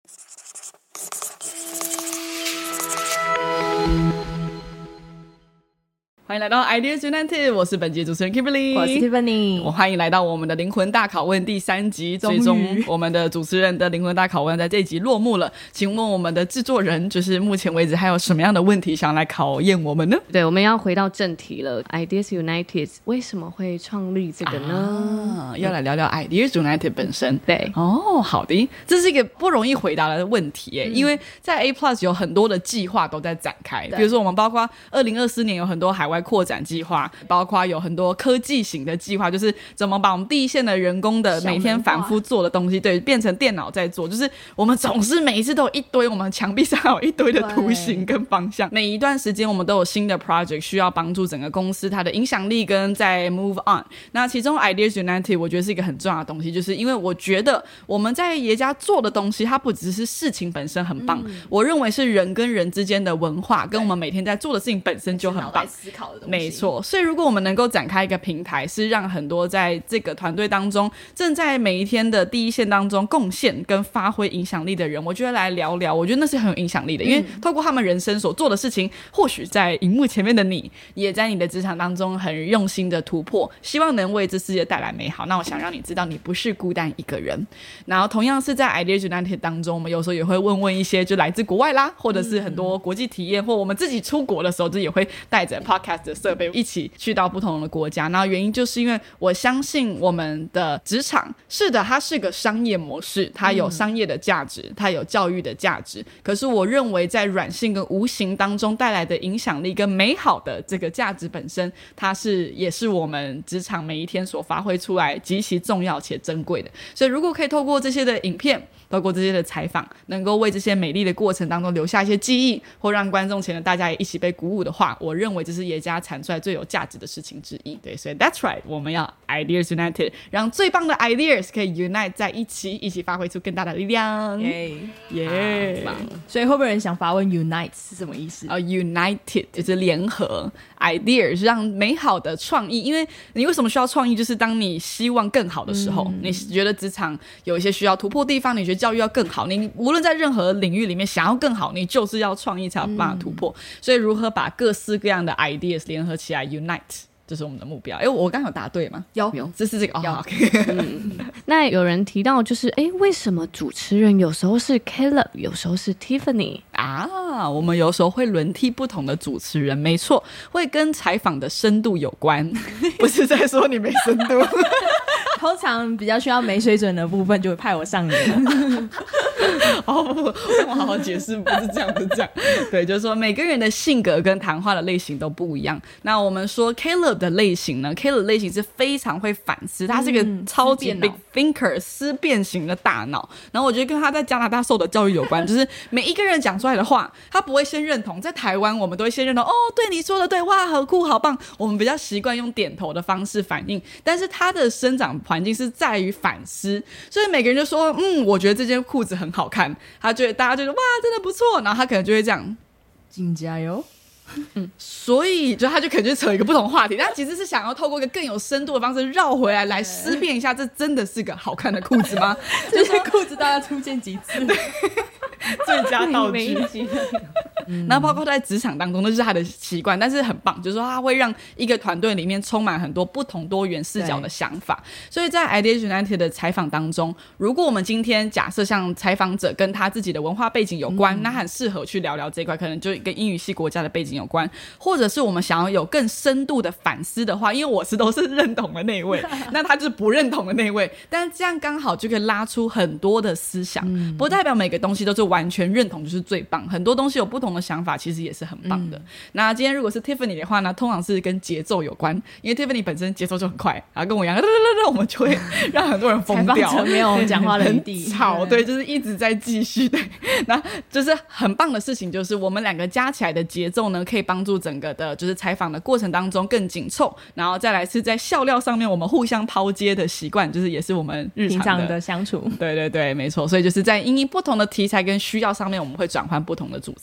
欢迎来到 Ideas United， 我是本集主持人 Kimberly， 我是 Tiffany， 我欢迎来到我们的灵魂大拷问第3集，最终我们的主持人的灵魂大拷问在这一集落幕了。请问我们的制作人就是目前为止还有什么样的问题想来考验我们呢？ 对，我们要回到正题了。Ideas United 为什么会创立这个呢？ 要来聊聊 Ideas United 本身。 对， 好的，这是一个不容易回答的问题耶，因为在 A Plus 有很多的计划都在展开，比如说我们包括2024年有很多海外扩展计划，包括有很多科技型的计划，就是怎么把我们第一线的人工的每天反复做的东西，对，变成电脑在做，就是我们总是每一次都有一堆，我们墙壁上有一堆的图形跟方向，每一段时间我们都有新的 project 需要帮助整个公司它的影响力跟在 move on。 那其中 Ideas United 我觉得是一个很重要的东西，就是因为我觉得我们在爷家做的东西它不只是事情本身很棒，我认为是人跟人之间的文化跟我们每天在做的事情本身就很棒， 思考的东西， 没错。所以如果我们能够展开一个平台，是让很多在这个团队当中正在每一天的第一线当中贡献跟发挥影响力的人，我觉得来聊聊，我觉得那是很有影响力的，因为透过他们人生所做的事情，或许在荧幕前面的你也在你的职场当中很用心的突破，希望能为这世界带来美好。那我想让你知道你不是孤单一个人。然后同样是在 Ideas United 当中，我们有时候也会问一些就来自国外啦，或者是很多国际体验，或我们自己出国的时候就也会带着 podcast 的设备一起去到不同的国家。然后原因就是因为我相信我们的职场是的，它是个商业模式，它有商业的价值，它有教育的价值，可是我认为在软性跟无形当中带来的影响力跟美好的这个价值本身，它也是我们职场每一天所发挥出来极其重要且珍贵的。所以如果可以透过这些的影片，透过这些的采访，能够为这些美丽的过程当中留下一些记忆，或让观众前的大家也一起被鼓舞的话，我认为这是爷家产出来最有价值的事情之一。对，所以 that's right， 我们要 Ideas United， 让最棒的 ideas 可以 unite 在一起，一起发挥出更大的力量。耶！ 所以会不会有人想发问 unite 是什么意思 ？United 就是联合， idea 是让美好的创意，因为你为什么需要创意，就是当你希望更好的时候，你觉得职场有一些需要突破的地方，你觉得教育要更好，你无论在任何领域里面想要更好，你就是要创意才有办法突破。所以如何把各式各样的 ideas 联合起来 unite，这是我们的目标。我刚刚有答对吗？ 有， 这是这个那有人提到就是为什么主持人有时候是 Caleb， 有时候是 Tiffany 啊？我们有时候会轮替不同的主持人，没错，会跟采访的深度有关，不是在说你没深度。 通常比较需要没水准的部分就会派我上脸。 让我好好解释，不是这样，不是这样。对，就是说每个人的性格跟谈话的类型都不一样。那我们说 Caleb 的类型呢， Caleb 类型是非常会反思，他是一个超级 big thinker， 思辨型的大脑。然后我觉得跟他在加拿大受的教育有关，就是每一个人讲出来的话，他不会先认同。在台湾我们都会先认同，对，你说的对，哇，好酷好棒，我们比较习惯用点头的方式反应。但是他的生长环境是在于反思，所以每个人就说我觉得这件裤子很好看，大家就觉得哇真的不错，然后他可能就会这样请加油。 所以他就可能就扯一个不同话题，但其实是想要透过一个更有深度的方式绕回来思辨一下，这真的是个好看的裤子吗？ 这些裤子大概出现几次？ 最佳道具。然后包括在职场当中，那就是他的习惯，但是很棒，就是说他会让一个团队里面充满很多不同多元视角的想法。所以在 Ideas United 的采访当中，如果我们今天假设像采访者跟他自己的文化背景有关，那很适合去聊聊这一块，可能就跟英语系国家的背景有关，或者是我们想要有更深度的反思的话，因为我都是认同的那一位，那他就是不认同的那一位，但是这样刚好就可以拉出很多的思想，不代表每个东西都是完全认同就是最棒，很多东西有不同的想法其实也是很棒的。那今天如果是 Tiffany 的话呢，通常是跟节奏有关，因为 Tiffany 本身节奏就很快，然后跟我一样我们就会让很多人疯掉， 采访者没有讲话的余地， 很吵，对，就是一直在继续。对，那就是很棒的事情，就是我们两个加起来的节奏呢，可以帮助整个的就是采访的过程当中更紧凑，然后再来是在笑料上面我们互相抛接的习惯，就是也是我们日常的相处。 对对对，没错。所以就是在因应不同的题材跟需要上面，我们会转换不同的主持人。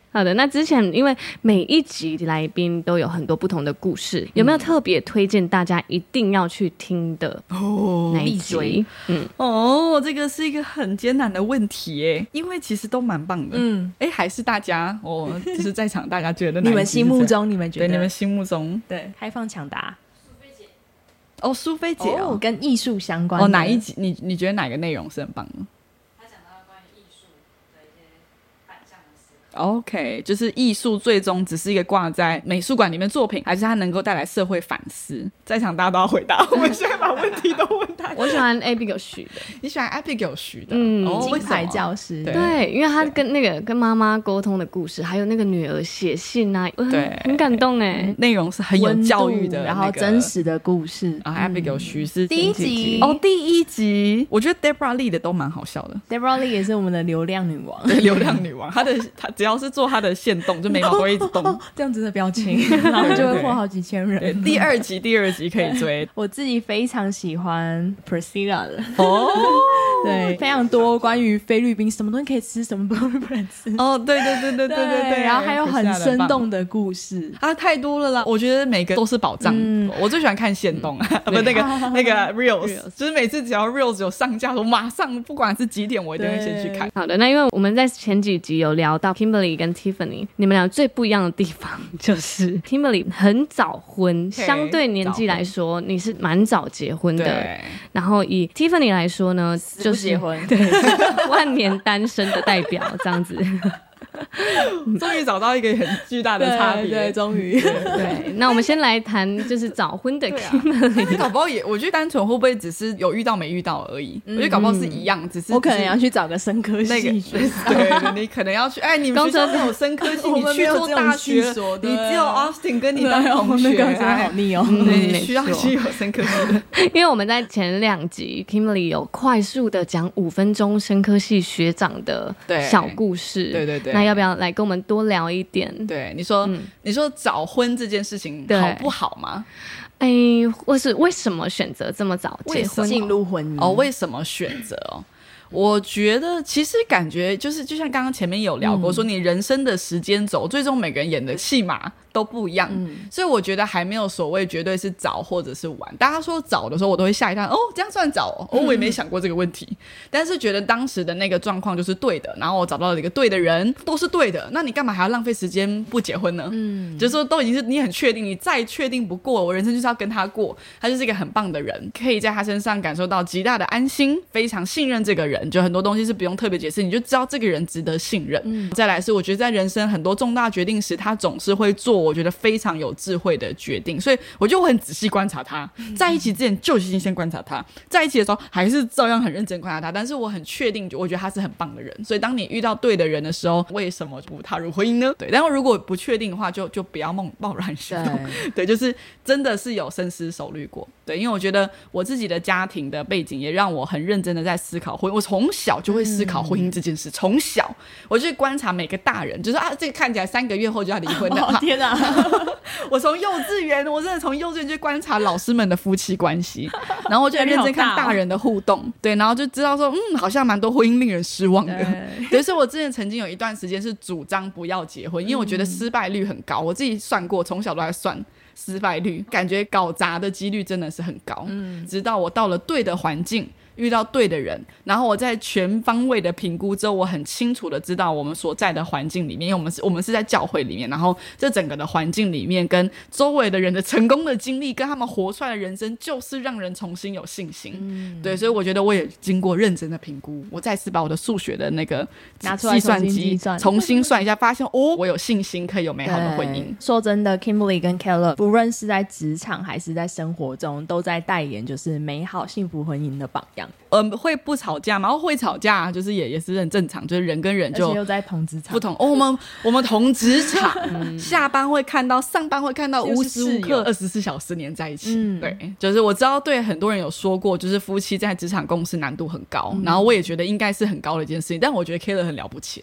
好的，那之前因为每一集来宾都有很多不同的故事，有没有特别推荐大家一定要去听的哪一集？ 这个是一个很艰难的问题耶，因为其实都蛮棒的。还是大家就是在场大家觉得哪一集你们心目中，你们觉得？ 对，你们心目中， 对，开放抢答。 苏菲姐跟艺术相关的哪一集？你觉得哪个内容是很棒的？OK， 就是艺术最终只是一个挂在美术馆里面作品，还是它能够带来社会反思？在场大家都要回答，我们现在把问题都问大家。 我喜欢 Abigail 许的， 你喜欢 Abigail 许的？ 金牌教师。 对，因为他跟妈妈沟通的故事，还有那个女儿写信啊， 对， 很感动哎， 内容是很有教育的， 然后真实的故事。 Abigail 许是第一集第一集，我觉得 Deborah Lee 的都蛮好笑的。 Deborah Lee 也是我们的流量女王， 对，流量女王，她只要是做她的线动，就眉毛都会一直动， 这样子的表情，然后就会获好几千人。 对，第二集可以追。 我自己非常喜欢 Priscilla 的对，非常多关于菲律宾什么东西可以吃，什么东西不能吃。对，然后还有很生动的故事太多了啦。我觉得每个都是宝藏。我最喜欢看线动不那个 Reels， 就是每次只要 Reels 有上架，我马上不管是几点，我一定会先去看。 好的，那因为我们在前几集有聊到 Kimberly 跟 Tiffany， 你们俩最不一样的地方就是 Kimberly 很早婚，相对年纪来说你是蛮早结婚的，然后以 Tiffany 来说呢，就是结婚， 对，万年单身的代表这样子。 终于找到一个很巨大的差别， 对，终于对。那我们先来谈就是早婚的 Kimberly， 搞不好我觉得单纯会不会只是有遇到没遇到而已？我觉得搞不好是一样，只是我可能要去找个生科系对，你可能要去你们学校没有生科系，你去做大学，你只有 Austin 跟你当同学， 真的好腻哦。 对，你需要去有生科系的。 因为我们在前2集 Kimberly 有快速的讲5分钟生科系学长的小故事， 对。 那要不要来跟我们多聊一点？ 对，你说早婚这件事情好不好吗？ 或是为什么选择这么早结婚进入婚姻？ 为什么选择？我觉得其实感觉就像刚刚前面有聊过，说你人生的时间轴，最终每个人演的戏码都不一样，所以我觉得还没有所谓绝对是早或者是晚。大家说早的时候，我都会吓一跳，这样算早我也没想过这个问题。但是觉得当时的那个状况就是对的，然后我找到了一个对的人，都是对的，那你干嘛还要浪费时间不结婚呢？就是说都已经是你很确定，你再确定不过，我人生就是要跟他过，他就是一个很棒的人，可以在他身上感受到极大的安心，非常信任这个人，就很多东西是不用特别解释，你就知道这个人值得信任。再来是我觉得在人生很多重大决定时，他总是会做我觉得非常有智慧的决定，所以我就很仔细观察他，在一起之前就已经先观察他，在一起的时候还是照样很认真观察他，但是我很确定我觉得他是很棒的人，所以当你遇到对的人的时候，为什么不踏入婚姻呢？对，但如果不确定的话就不要贸然行动。对，就是真的是有深思熟虑过。对，因为我觉得我自己的家庭的背景也让我很认真的在思考婚姻，我从小就会思考婚姻这件事，从小我就观察每个大人，就是这个看起来3个月后就要离婚的， 天哪我从幼稚园，我真的从幼稚园就观察老师们的夫妻关系，然后我就很认真看大人的互动，对，然后就知道说好像蛮多婚姻令人失望的。对，所以我之前曾经有一段时间是主张不要结婚，因为我觉得失败率很高，我自己算过，从小都在算失败率，感觉搞砸的几率真的是很高。直到我到了对的环境，遇到对的人，然后我在全方位的评估之后，我很清楚的知道我们所在的环境里面，因为我们是在教会里面，然后这整个的环境里面跟周围的人的成功的经历跟他们活出来的人生，就是让人重新有信心。对，所以我觉得我也经过认真的评估，我再次把我的数学的那个计算机重新算一下，发现我有信心可以有美好的婚姻。 说真的 Kimberly 跟 Caleb 不论是在职场还是在生活中，都在代言就是美好幸福婚姻的榜样。 会不吵架吗？会吵架，就是也是很正常，就是人跟人就而且又在同职场不同。我们同职场，下班会看到，上班会看到，无时无刻24小时黏在一起。对，就是我知道对很多人有说过，就是夫妻在职场共事难度很高，然后我也觉得应该是很高的一件事情，但我觉得 Kayla 很了不起啊。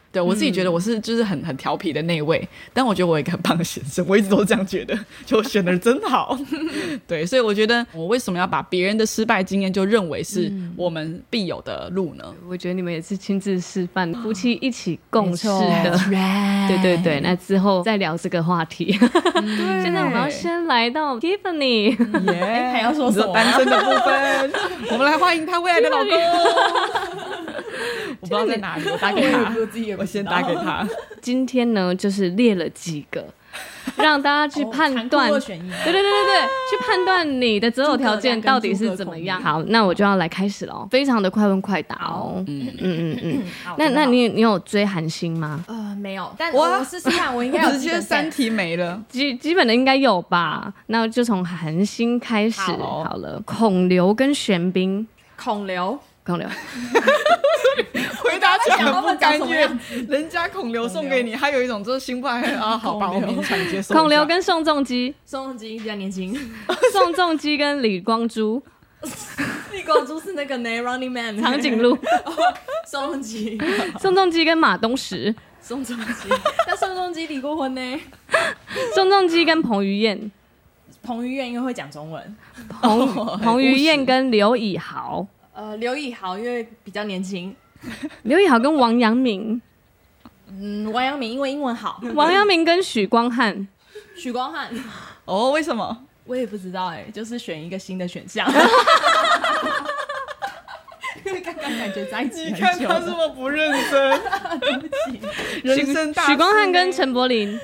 对，我自己觉得我是就是很调皮的那一位，但我觉得我有一个很棒的先生，我一直都这样觉得，就选的真好。对，所以我觉得我为什么要把别人的失败经验就认为是我们必有的路呢？ 我觉得你们也是亲自示范，夫妻一起共事的。对对对，那之后再聊这个话题。现在我们要先来到 Tiffany， 还要说什么？ 单身的部分，我们来欢迎她未来的老公。我不知道在哪里，我打给他，我先打给他。 今天呢，就是列了几个，让大家去判断，对，去判断你的择偶条件到底是怎么样。好，那我就要来开始了，非常的快问快答哦。那你有追韩星吗？ 没有，但我试试看，我应该有直接3题没了， 基本的应该有吧？那就从韩星开始好了。孔刘跟玄彬， 孔刘。 回答起来很不甘愿，人家孔刘送给你，还有一种就是心不安啊，好吧，我勉强接受。 孔刘跟宋仲基比较年轻， 宋仲基跟李光洙， 李光洙是那个呢 Running Man 长颈鹿， 宋仲基跟马东石， 但宋仲基离过婚呢。 宋仲基跟彭于晏因为会讲中文， 彭于晏跟刘以豪。 刘以豪因为比较年轻， 刘以豪跟王阳明， 王阳明因为英文好， 王阳明跟许光汉， 哦，为什么？ 我也不知道就是选一个新的选项。因为刚刚感觉在一起很久， 你看他这么不认真， 对不起， 人生大事。 许光汉跟陈柏霖，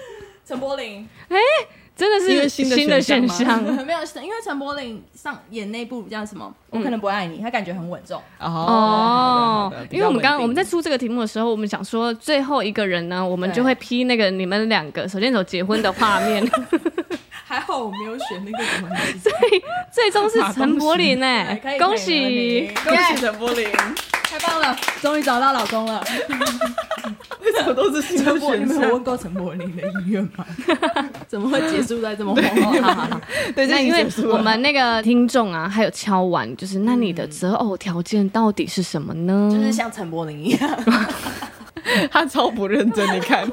真的是新的选项没有，因为陈柏霖上演那部叫什么？我可能不会爱你，他感觉很稳重因为我们在出这个题目的时候，我们想说最后一个人呢，我们就会批那个你们2个手牵手结婚的画面。 还好我没有选那个什么， 所以最终是陈柏霖恭喜陈柏霖， 太棒了，终于找到老公了。 为什么都是新的选项？ 你们有问过陈柏霖的意愿吗？怎么会结束在这么红？ 好，对，那因为我们那个听众啊，还有敲完，就是那你的择偶条件到底是什么呢？ 就是像陈柏霖一样， 他超不认真，你看。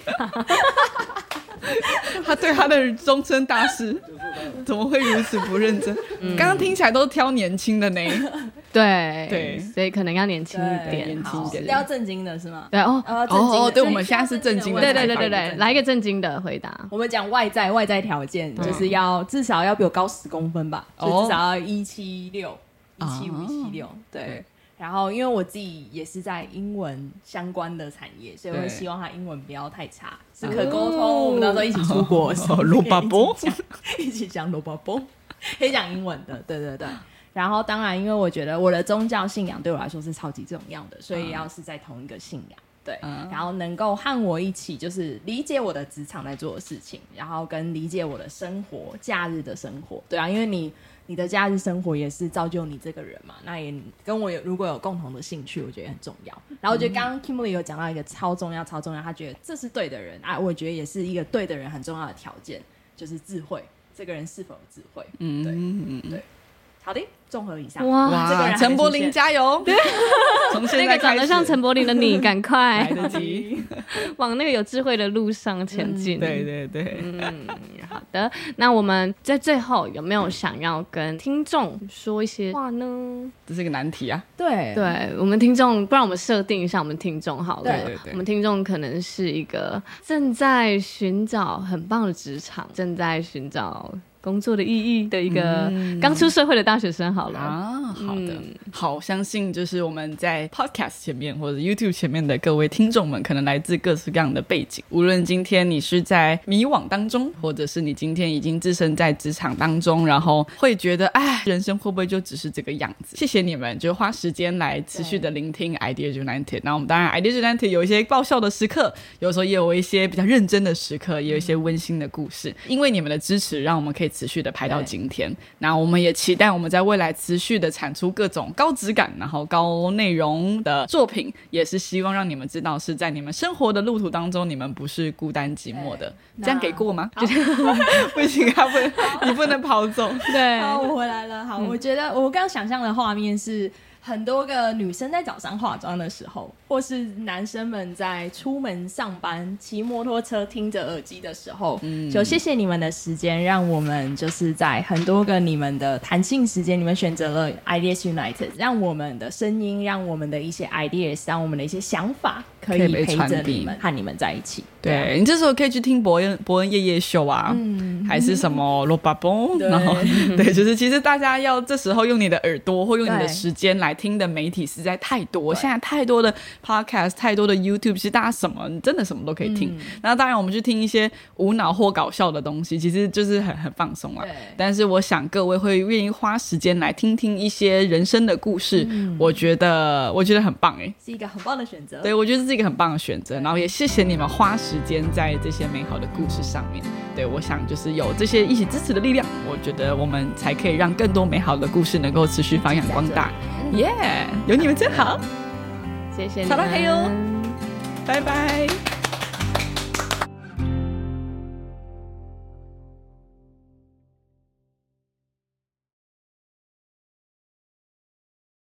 他对他的终身大事怎么会如此不认真？刚刚听起来都挑年轻的呢。 对，所以可能要年轻一点， 要正经的是吗？ 对对，我们现在是正经的。 对，来一个正经的回答。 我们讲外在条件，就是至少要比我高10公分吧，所以至少要176、175、176，对。然后，因为我自己也是在英文相关的产业，所以我会希望他英文不要太差，是可沟通。我们到时候一起出国， 罗巴波一起讲罗巴波，可以讲英文的，对。然后，当然，因为我觉得我的宗教信仰对我来说是超级重要的，所以要是在同一个信仰，对。然后能够和我一起，就是理解我的职场在做的事情，然后跟理解我的生活，假日的生活，对啊，因为你的假日生活也是造就你这个人嘛，那也跟我如果有共同的兴趣，我觉得也很重要。然后我觉得刚刚 Kimberly 有讲到一个超重要，他觉得这是对的人啊，我觉得也是一个对的人很重要的条件，就是智慧，这个人是否有智慧。对。好的，综合以上， 哇， 陈柏霖加油！ 那个长得像陈柏霖的你，赶快来得及往那个有智慧的路上前进。 对， 好的。那我们在最后有没有想要跟听众说一些话呢？ 这是一个难题啊。 对，我们听众，不然我们设定一下我们听众好了。 对， 我们听众可能是一个正在寻找很棒的职场，正在寻找工作的意义的一个刚出社会的大学生好了好的，好，相信就是我们在 podcast 前面或者 YouTube 前面的各位听众们，可能来自各式各样的背景，无论今天你是在迷惘当中，或者是你今天已经置身在职场当中，然后会觉得人生会不会就只是这个样子。谢谢你们就花时间来持续的聆听 Idea United。 那我们当然 Idea United 有一些爆笑的时刻，有时候也有一些比较认真的时刻，也有一些温馨的故事，因为你们的支持让我们可以持续的拍到今天。那我们也期待我们在未来持续的产出各种高质感然后高内容的作品，也是希望让你们知道是在你们生活的路途当中，你们不是孤单寂寞的。这样给过吗？不行，你不能跑走。 对，好，我回来了。好，我觉得我刚刚想象的画面是很多个女生在早上化妆的时候， 或是男生们在出门上班骑摩托车听着耳机的时候，就谢谢你们的时间，让我们就是在很多个你们的弹性时间，你们选择了 Ideas United， 让我们的声音，让我们的一些 ideas， 让我们的一些想法可以陪着你们，和你们在一起。 对，你这时候可以去听伯恩夜夜秀啊，还是什么罗巴崩，然后对，就是其实大家要这时候用你的耳朵或用你的时间来听的媒体实在太多，现在太多的 podcast， 太多的 YouTube， 其实大家真的什么都可以听。然后当然我们去听一些无脑或搞笑的东西，其实就是很放松啦。但是我想各位会愿意花时间来听听一些人生的故事，我觉得很棒耶， 是一个很棒的选择。 对，我觉得这是一个很棒的选择，然后也谢谢你们花时间在这些美好的故事上面。对，我想就是有这些一起支持的力量，我觉得我们才可以让更多美好的故事能够持续发扬光大。耶，有你们真好， 谢谢你们， 拜拜。